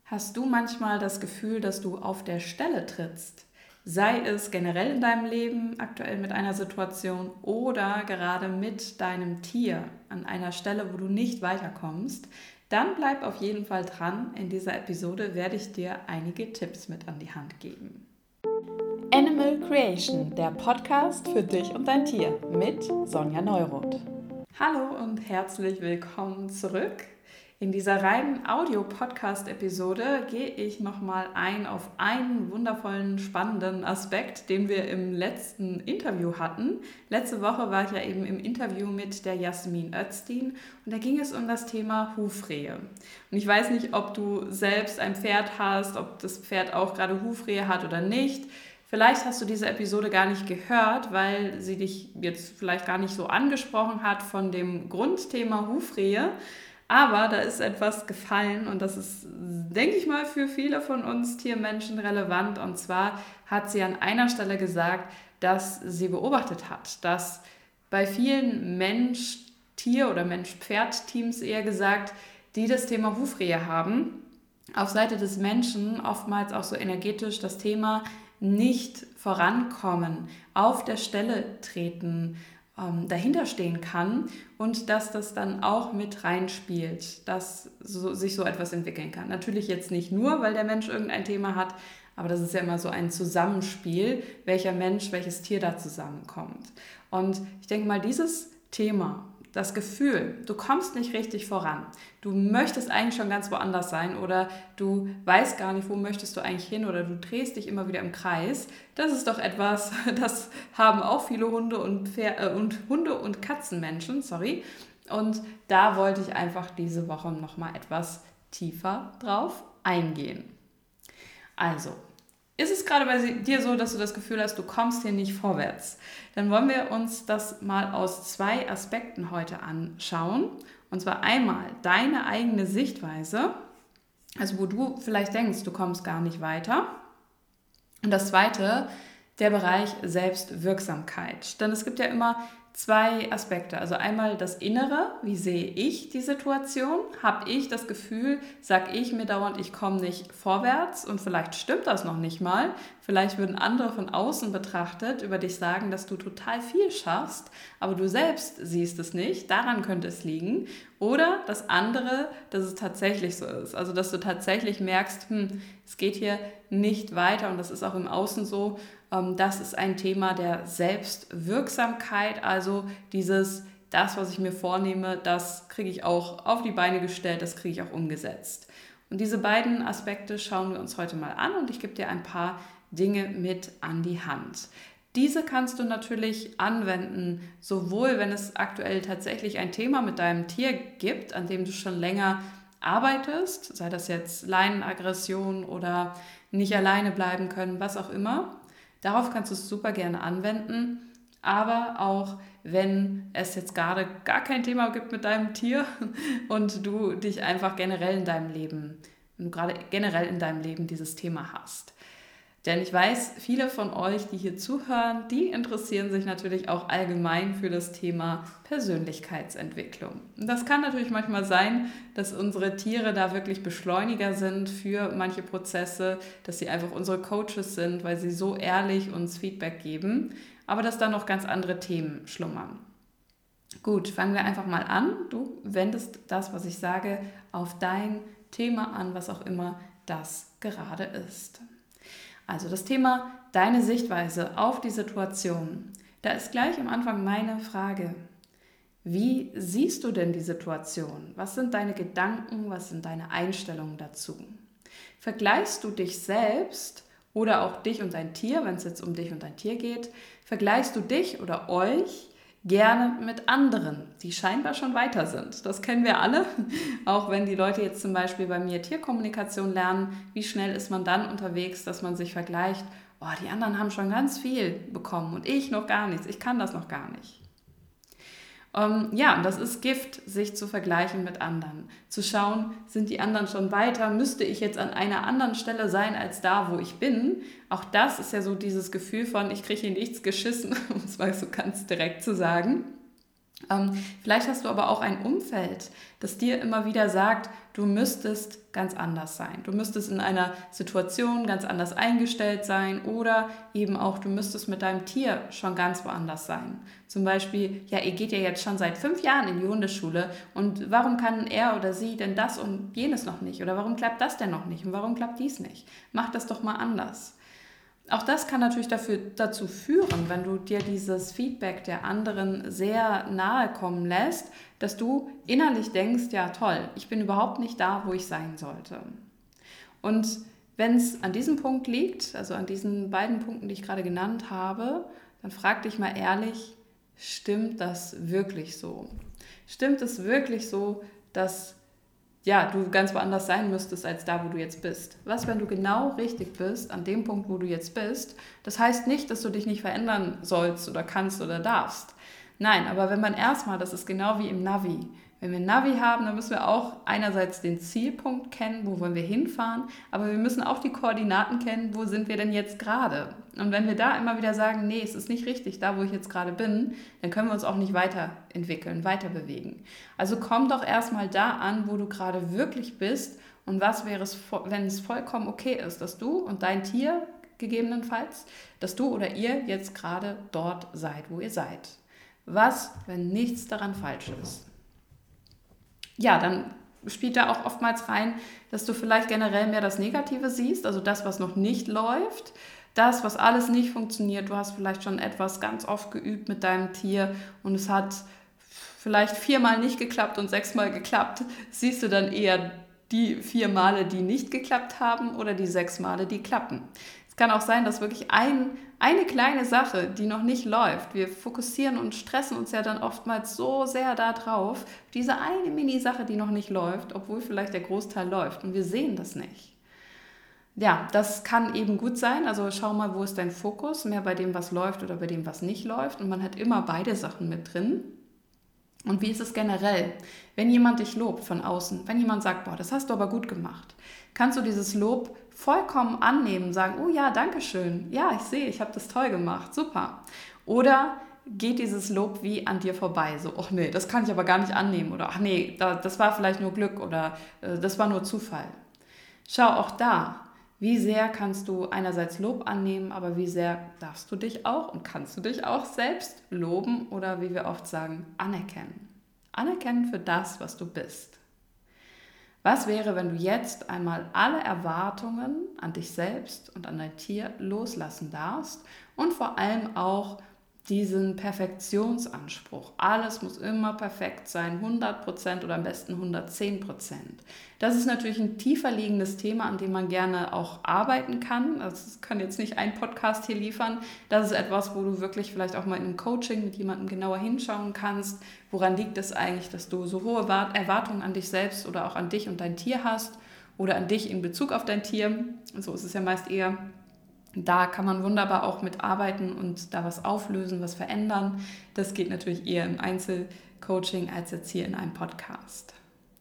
Hast du manchmal das Gefühl, dass du auf der Stelle trittst? Sei es generell in deinem Leben, aktuell mit einer Situation oder gerade mit deinem Tier an einer Stelle, wo du nicht weiterkommst, dann bleib auf jeden Fall dran. In dieser Episode werde ich dir einige Tipps mit an die Hand geben. Animal Creation, der Podcast für dich und dein Tier mit Sonja Neuroth. Hallo und herzlich willkommen zurück. In dieser reinen Audio-Podcast-Episode gehe ich nochmal ein auf einen wundervollen, spannenden Aspekt, den wir im letzten Interview hatten. Letzte Woche war ich ja eben im Interview mit der Jasmin Öztin und da ging es um das Thema Hufrehe. Und ich weiß nicht, ob du selbst ein Pferd hast, ob das Pferd auch gerade Hufrehe hat oder nicht. Vielleicht hast du diese Episode gar nicht gehört, weil sie dich jetzt vielleicht gar nicht so angesprochen hat von dem Grundthema Hufrehe. Aber da ist etwas gefallen und das ist, denke ich mal, für viele von uns Tiermenschen relevant. Und zwar hat sie an einer Stelle gesagt, dass sie beobachtet hat, dass bei vielen Mensch-Tier- oder Mensch-Pferd-Teams eher gesagt, die das Thema Hufrehe haben, auf Seite des Menschen oftmals auch so energetisch das Thema nicht vorankommen, auf der Stelle treten, dahinter stehen kann und dass das dann auch mit reinspielt, dass sich so etwas entwickeln kann. Natürlich jetzt nicht nur, weil der Mensch irgendein Thema hat, aber das ist ja immer so ein Zusammenspiel, welcher Mensch, welches Tier da zusammenkommt. Und ich denke mal, dieses Thema, das Gefühl, du kommst nicht richtig voran, du möchtest eigentlich schon ganz woanders sein oder du weißt gar nicht, wo möchtest du eigentlich hin oder du drehst dich immer wieder im Kreis, das ist doch etwas, das haben auch viele Hunde und Katzenmenschen, und da wollte ich einfach diese Woche nochmal etwas tiefer drauf eingehen. Also, ist es gerade bei dir so, dass du das Gefühl hast, du kommst hier nicht vorwärts? Dann wollen wir uns das mal aus zwei Aspekten heute anschauen. Und zwar einmal deine eigene Sichtweise, also wo du vielleicht denkst, du kommst gar nicht weiter. Und das zweite, der Bereich Selbstwirksamkeit. Denn es gibt ja immer zwei Aspekte. Also einmal das Innere, wie sehe ich die Situation? Habe ich das Gefühl, sage ich mir dauernd, ich komme nicht vorwärts und vielleicht stimmt das noch nicht mal. Vielleicht würden andere von außen betrachtet über dich sagen, dass du total viel schaffst, aber du selbst siehst es nicht. Daran könnte es liegen. Oder das andere, dass es tatsächlich so ist. Also dass du tatsächlich merkst, es geht hier nicht weiter und das ist auch im Außen so. Das ist ein Thema der Selbstwirksamkeit, also das, was ich mir vornehme, das kriege ich auch auf die Beine gestellt, das kriege ich auch umgesetzt. Und diese beiden Aspekte schauen wir uns heute mal an und ich gebe dir ein paar Dinge mit an die Hand. Diese kannst du natürlich anwenden, sowohl wenn es aktuell tatsächlich ein Thema mit deinem Tier gibt, an dem du schon länger arbeitest, sei das jetzt Leinenaggression oder nicht alleine bleiben können, was auch immer. Darauf kannst du es super gerne anwenden, aber auch wenn es jetzt gerade gar kein Thema gibt mit deinem Tier und du dich einfach generell in deinem Leben, dieses Thema hast. Denn ich weiß, viele von euch, die hier zuhören, die interessieren sich natürlich auch allgemein für das Thema Persönlichkeitsentwicklung. Und das kann natürlich manchmal sein, dass unsere Tiere da wirklich Beschleuniger sind für manche Prozesse, dass sie einfach unsere Coaches sind, weil sie so ehrlich uns Feedback geben, aber dass da noch ganz andere Themen schlummern. Gut, fangen wir einfach mal an. Du wendest das, was ich sage, auf dein Thema an, was auch immer das gerade ist. Also das Thema, deine Sichtweise auf die Situation. Da ist gleich am Anfang meine Frage. Wie siehst du denn die Situation? Was sind deine Gedanken? Was sind deine Einstellungen dazu? Vergleichst du dich selbst oder auch dich und dein Tier, wenn es jetzt um dich und dein Tier geht, vergleichst du dich oder euch gerne mit anderen, die scheinbar schon weiter sind. Das kennen wir alle, auch wenn die Leute jetzt zum Beispiel bei mir Tierkommunikation lernen, wie schnell ist man dann unterwegs, dass man sich vergleicht, die anderen haben schon ganz viel bekommen und ich noch gar nichts, ich kann das noch gar nicht. Und das ist Gift, sich zu vergleichen mit anderen. Zu schauen, sind die anderen schon weiter? Müsste ich jetzt an einer anderen Stelle sein als da, wo ich bin? Auch das ist ja so dieses Gefühl von, ich kriege hier nichts geschissen, um es mal so ganz direkt zu sagen. Vielleicht hast du aber auch ein Umfeld, das dir immer wieder sagt, du müsstest ganz anders sein. Du müsstest in einer Situation ganz anders eingestellt sein oder eben auch, du müsstest mit deinem Tier schon ganz woanders sein. Zum Beispiel, ja, ihr geht ja jetzt schon seit 5 Jahren in die Hundeschule und warum kann er oder sie denn das und jenes noch nicht? Oder warum klappt das denn noch nicht? Und warum klappt dies nicht? Mach das doch mal anders. Auch das kann natürlich dazu führen, wenn du dir dieses Feedback der anderen sehr nahe kommen lässt, dass du innerlich denkst, ja toll, ich bin überhaupt nicht da, wo ich sein sollte. Und wenn es an diesem Punkt liegt, also an diesen beiden Punkten, die ich gerade genannt habe, dann frag dich mal ehrlich, stimmt das wirklich so? Stimmt es wirklich so, dass du ganz woanders sein müsstest als da, wo du jetzt bist? Was, wenn du genau richtig bist, an dem Punkt, wo du jetzt bist? Das heißt nicht, dass du dich nicht verändern sollst oder kannst oder darfst. Nein, aber wenn man erstmal, das ist genau wie im Navi, wenn wir ein Navi haben, dann müssen wir auch einerseits den Zielpunkt kennen, wo wollen wir hinfahren, aber wir müssen auch die Koordinaten kennen, wo sind wir denn jetzt gerade? Und wenn wir da immer wieder sagen, nee, es ist nicht richtig, da wo ich jetzt gerade bin, dann können wir uns auch nicht weiterentwickeln, weiter bewegen. Also komm doch erstmal da an, wo du gerade wirklich bist und was wäre es, wenn es vollkommen okay ist, dass du und dein Tier gegebenenfalls, dass du oder ihr jetzt gerade dort seid, wo ihr seid. Was, wenn nichts daran falsch ist? Ja, dann spielt da auch oftmals rein, dass du vielleicht generell mehr das Negative siehst, also das, was noch nicht läuft, das, was alles nicht funktioniert. Du hast vielleicht schon etwas ganz oft geübt mit deinem Tier und es hat vielleicht 4-mal nicht geklappt und 6-mal geklappt. Siehst du dann eher die 4 Male, die nicht geklappt haben oder die 6 Male, die klappen? Es kann auch sein, dass wirklich eine kleine Sache, die noch nicht läuft, wir fokussieren und stressen uns ja dann oftmals so sehr darauf, diese eine Mini-Sache, die noch nicht läuft, obwohl vielleicht der Großteil läuft und wir sehen das nicht. Ja, das kann eben gut sein, also schau mal, wo ist dein Fokus, mehr bei dem, was läuft oder bei dem, was nicht läuft und man hat immer beide Sachen mit drin. Und wie ist es generell, wenn jemand dich lobt von außen, wenn jemand sagt, boah, das hast du aber gut gemacht, kannst du dieses Lob vollkommen annehmen, sagen, oh ja, danke schön, ja, ich sehe, ich habe das toll gemacht, super. Oder geht dieses Lob wie an dir vorbei, so, ach nee, das kann ich aber gar nicht annehmen oder ach nee, das war vielleicht nur Glück oder das war nur Zufall. Schau auch da, wie sehr kannst du einerseits Lob annehmen, aber wie sehr darfst du dich auch und kannst du dich auch selbst loben oder wie wir oft sagen, anerkennen. Anerkennen für das, was du bist. Was wäre, wenn du jetzt einmal alle Erwartungen an dich selbst und an dein Tier loslassen darfst und vor allem auch diesen Perfektionsanspruch. Alles muss immer perfekt sein, 100% oder am besten 110%. Das ist natürlich ein tiefer liegendes Thema, an dem man gerne auch arbeiten kann. Das kann jetzt nicht ein Podcast hier liefern. Das ist etwas, wo du wirklich vielleicht auch mal in einem Coaching mit jemandem genauer hinschauen kannst. Woran liegt es eigentlich, dass du so hohe Erwartungen an dich selbst oder auch an dich und dein Tier hast oder an dich in Bezug auf dein Tier? So ist es ja meist eher. Da kann man wunderbar auch mitarbeiten und da was auflösen, was verändern. Das geht natürlich eher im Einzelcoaching als jetzt hier in einem Podcast.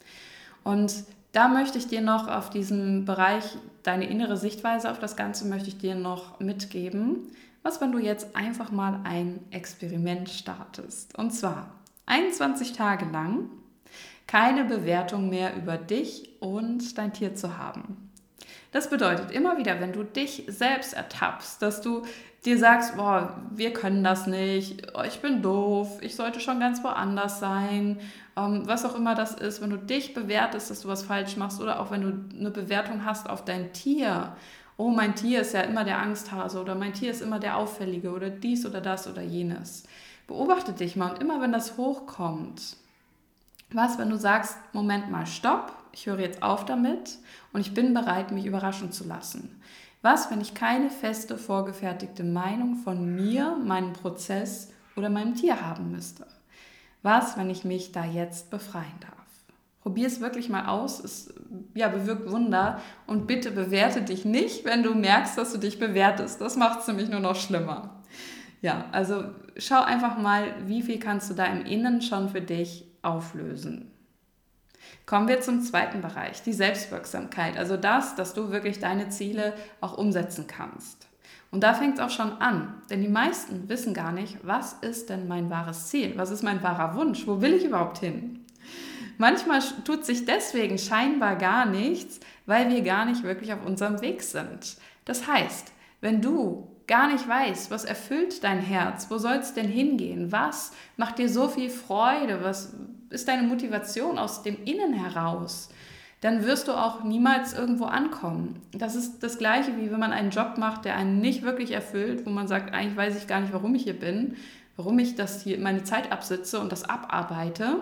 Und da möchte ich dir noch auf diesem Bereich, deine innere Sichtweise auf das Ganze, möchte ich dir noch mitgeben. Was, wenn du jetzt einfach mal ein Experiment startest? Und zwar 21 Tage lang keine Bewertung mehr über dich und dein Tier zu haben. Das bedeutet immer wieder, wenn du dich selbst ertappst, dass du dir sagst, boah, wir können das nicht, oh, ich bin doof, ich sollte schon ganz woanders sein, was auch immer das ist, wenn du dich bewertest, dass du was falsch machst oder auch wenn du eine Bewertung hast auf dein Tier, oh, mein Tier ist ja immer der Angsthase oder mein Tier ist immer der Auffällige oder dies oder das oder jenes. Beobachte dich mal und immer wenn das hochkommt, was, wenn du sagst, Moment mal, stopp, ich höre jetzt auf damit und ich bin bereit, mich überraschen zu lassen. Was, wenn ich keine feste, vorgefertigte Meinung von mir, meinem Prozess oder meinem Tier haben müsste? Was, wenn ich mich da jetzt befreien darf? Probier es wirklich mal aus, es bewirkt Wunder und bitte bewerte dich nicht, wenn du merkst, dass du dich bewertest. Das macht es nämlich nur noch schlimmer. Ja, also schau einfach mal, wie viel kannst du da im Innen schon für dich auflösen. Kommen wir zum zweiten Bereich, die Selbstwirksamkeit. Also das, dass du wirklich deine Ziele auch umsetzen kannst. Und da fängt es auch schon an, denn die meisten wissen gar nicht, was ist denn mein wahres Ziel? Was ist mein wahrer Wunsch? Wo will ich überhaupt hin? Manchmal tut sich deswegen scheinbar gar nichts, weil wir gar nicht wirklich auf unserem Weg sind. Das heißt, wenn du gar nicht weißt, was erfüllt dein Herz, wo soll es denn hingehen, was macht dir so viel Freude, was ist deine Motivation aus dem Innen heraus, dann wirst du auch niemals irgendwo ankommen. Das ist das Gleiche, wie wenn man einen Job macht, der einen nicht wirklich erfüllt, wo man sagt, eigentlich weiß ich gar nicht, warum ich hier bin, warum ich das hier meine Zeit absitze und das abarbeite,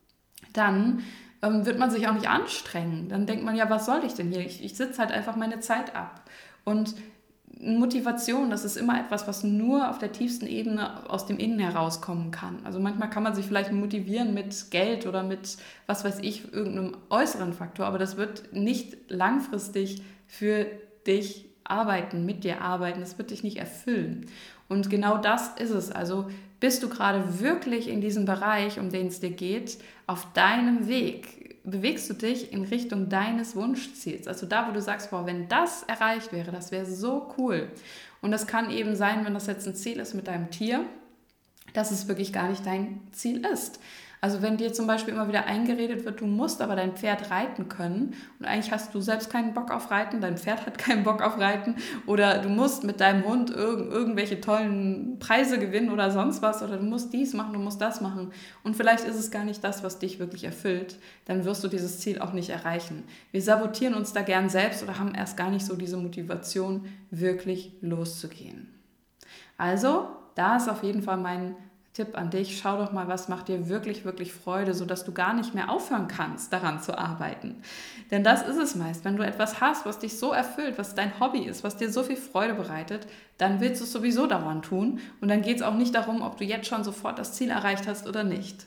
dann wird man sich auch nicht anstrengen. Dann denkt man, ja, was soll ich denn hier? Ich sitze halt einfach meine Zeit ab. Und Motivation, das ist immer etwas, was nur auf der tiefsten Ebene aus dem Innen herauskommen kann. Also manchmal kann man sich vielleicht motivieren mit Geld oder mit, was weiß ich, irgendeinem äußeren Faktor, aber das wird nicht langfristig für dich arbeiten, mit dir arbeiten, das wird dich nicht erfüllen. Und genau das ist es. Also bist du gerade wirklich in diesem Bereich, um den es dir geht, auf deinem Weg? Bewegst du dich in Richtung deines Wunschziels? Also da, wo du sagst, boah, wenn das erreicht wäre, das wäre so cool. Und das kann eben sein, wenn das jetzt ein Ziel ist mit deinem Tier, dass es wirklich gar nicht dein Ziel ist. Also wenn dir zum Beispiel immer wieder eingeredet wird, du musst aber dein Pferd reiten können und eigentlich hast du selbst keinen Bock auf Reiten, dein Pferd hat keinen Bock auf Reiten oder du musst mit deinem Hund irgendwelche tollen Preise gewinnen oder sonst was oder du musst dies machen, du musst das machen und vielleicht ist es gar nicht das, was dich wirklich erfüllt, dann wirst du dieses Ziel auch nicht erreichen. Wir sabotieren uns da gern selbst oder haben erst gar nicht so diese Motivation, wirklich loszugehen. Also, da ist auf jeden Fall mein Tipp an dich, schau doch mal, was macht dir wirklich, wirklich Freude, sodass du gar nicht mehr aufhören kannst, daran zu arbeiten. Denn das ist es meist, wenn du etwas hast, was dich so erfüllt, was dein Hobby ist, was dir so viel Freude bereitet, dann willst du es sowieso dauernd tun und dann geht es auch nicht darum, ob du jetzt schon sofort das Ziel erreicht hast oder nicht.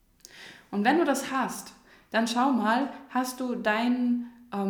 Und wenn du das hast, dann schau mal, hast du dein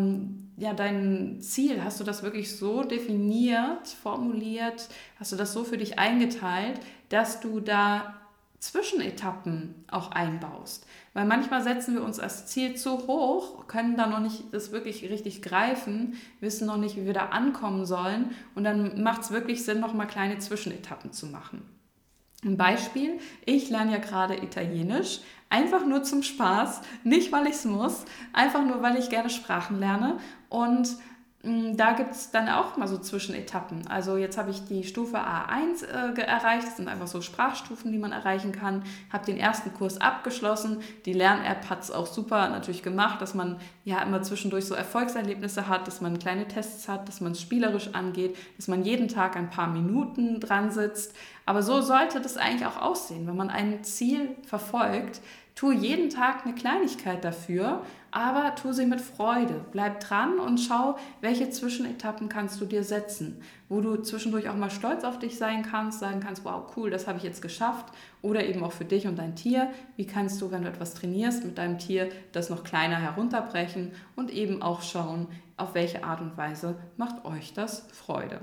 Ziel, hast du das wirklich so definiert, formuliert, hast du das so für dich eingeteilt, dass du da Zwischenetappen auch einbaust. Weil manchmal setzen wir uns das Ziel zu hoch, können da noch nicht das wirklich richtig greifen, wissen noch nicht, wie wir da ankommen sollen und dann macht es wirklich Sinn, nochmal kleine Zwischenetappen zu machen. Ein Beispiel, ich lerne ja gerade Italienisch, einfach nur zum Spaß, nicht weil ich es muss, einfach nur weil ich gerne Sprachen lerne und da gibt es dann auch mal so Zwischenetappen. Also jetzt habe ich die Stufe A1 erreicht, das sind einfach so Sprachstufen, die man erreichen kann, habe den ersten Kurs abgeschlossen, die Lern-App hat es auch super natürlich gemacht, dass man ja immer zwischendurch so Erfolgserlebnisse hat, dass man kleine Tests hat, dass man es spielerisch angeht, dass man jeden Tag ein paar Minuten dran sitzt. Aber so sollte das eigentlich auch aussehen, wenn man ein Ziel verfolgt. Tue jeden Tag eine Kleinigkeit dafür, aber tu sie mit Freude. Bleib dran und schau, welche Zwischenetappen kannst du dir setzen, wo du zwischendurch auch mal stolz auf dich sein kannst, sagen kannst, wow, cool, das habe ich jetzt geschafft. Oder eben auch für dich und dein Tier. Wie kannst du, wenn du etwas trainierst mit deinem Tier, das noch kleiner herunterbrechen und eben auch schauen, auf welche Art und Weise macht euch das Freude.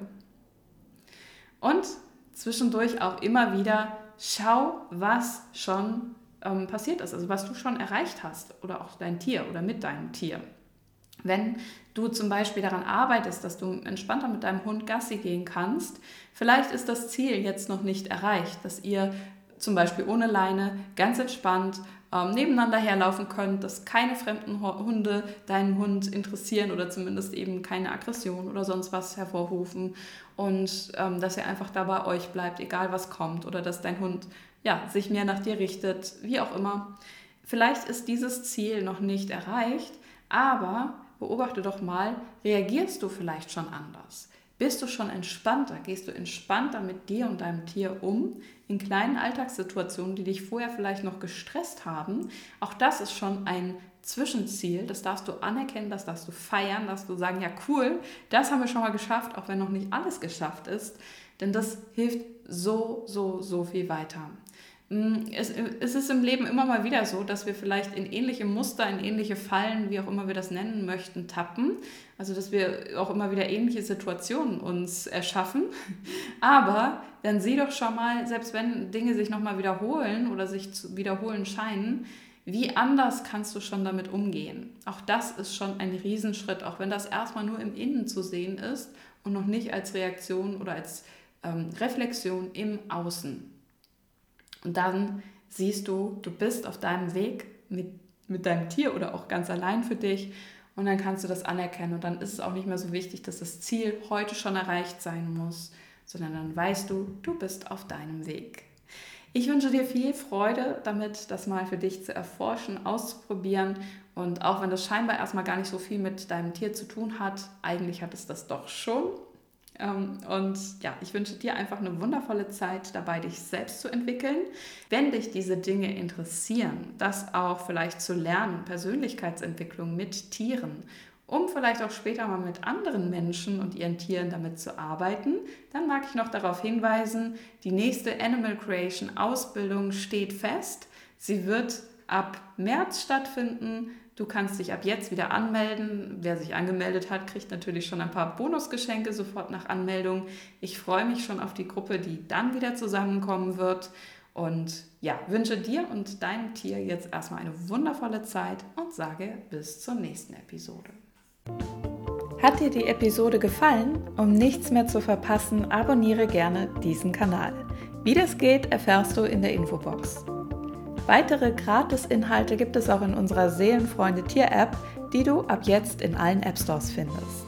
Und zwischendurch auch immer wieder schau, was schon passiert ist, also was du schon erreicht hast oder auch dein Tier oder mit deinem Tier. Wenn du zum Beispiel daran arbeitest, dass du entspannter mit deinem Hund Gassi gehen kannst, vielleicht ist das Ziel jetzt noch nicht erreicht, dass ihr zum Beispiel ohne Leine ganz entspannt nebeneinander herlaufen könnt, dass keine fremden Hunde deinen Hund interessieren oder zumindest eben keine Aggression oder sonst was hervorrufen und dass ihr einfach da bei euch bleibt, egal was kommt oder dass dein Hund sich mehr nach dir richtet, wie auch immer. Vielleicht ist dieses Ziel noch nicht erreicht, aber beobachte doch mal, reagierst du vielleicht schon anders? Bist du schon entspannter? Gehst du entspannter mit dir und deinem Tier um? In kleinen Alltagssituationen, die dich vorher vielleicht noch gestresst haben. Auch das ist schon ein Zwischenziel. Das darfst du anerkennen, das darfst du feiern, darfst du sagen, ja cool, das haben wir schon mal geschafft, auch wenn noch nicht alles geschafft ist. Denn das hilft so viel weiter. Es ist im Leben immer mal wieder so, dass wir vielleicht in ähnliche Muster, in ähnliche Fallen, wie auch immer wir das nennen möchten, tappen. Also dass wir auch immer wieder ähnliche Situationen uns erschaffen. Aber dann sieh doch schon mal, selbst wenn Dinge sich nochmal wiederholen oder sich zu wiederholen scheinen, Wie anders kannst du schon damit umgehen? Auch das ist schon ein Riesenschritt, auch wenn das erstmal nur im Innen zu sehen ist und noch nicht als Reaktion oder als Reflexion im Außen. Und dann siehst du, du bist auf deinem Weg mit deinem Tier oder auch ganz allein für dich und dann kannst du das anerkennen und dann ist es auch nicht mehr so wichtig, dass das Ziel heute schon erreicht sein muss, sondern dann weißt du, du bist auf deinem Weg. Ich wünsche dir viel Freude damit, das mal für dich zu erforschen, auszuprobieren und auch wenn das scheinbar erstmal gar nicht so viel mit deinem Tier zu tun hat, eigentlich hat es das doch schon. Und ja, ich wünsche dir einfach eine wundervolle Zeit dabei, dich selbst zu entwickeln. Wenn dich diese Dinge interessieren, das auch vielleicht zu lernen, Persönlichkeitsentwicklung mit Tieren, um vielleicht auch später mal mit anderen Menschen und ihren Tieren damit zu arbeiten, dann mag ich noch darauf hinweisen, die nächste Animal Creation Ausbildung steht fest. Sie wird ab März stattfinden. Du kannst dich ab jetzt wieder anmelden. Wer sich angemeldet hat, kriegt natürlich schon ein paar Bonusgeschenke sofort nach Anmeldung. Ich freue mich schon auf die Gruppe, die dann wieder zusammenkommen wird. Und ja, wünsche dir und deinem Tier jetzt erstmal eine wundervolle Zeit und sage bis zur nächsten Episode. Hat dir die Episode gefallen? Um nichts mehr zu verpassen, abonniere gerne diesen Kanal. Wie das geht, erfährst du in der Infobox. Weitere Gratis-Inhalte gibt es auch in unserer Seelenfreunde Tier-App, die du ab jetzt in allen App-Stores findest.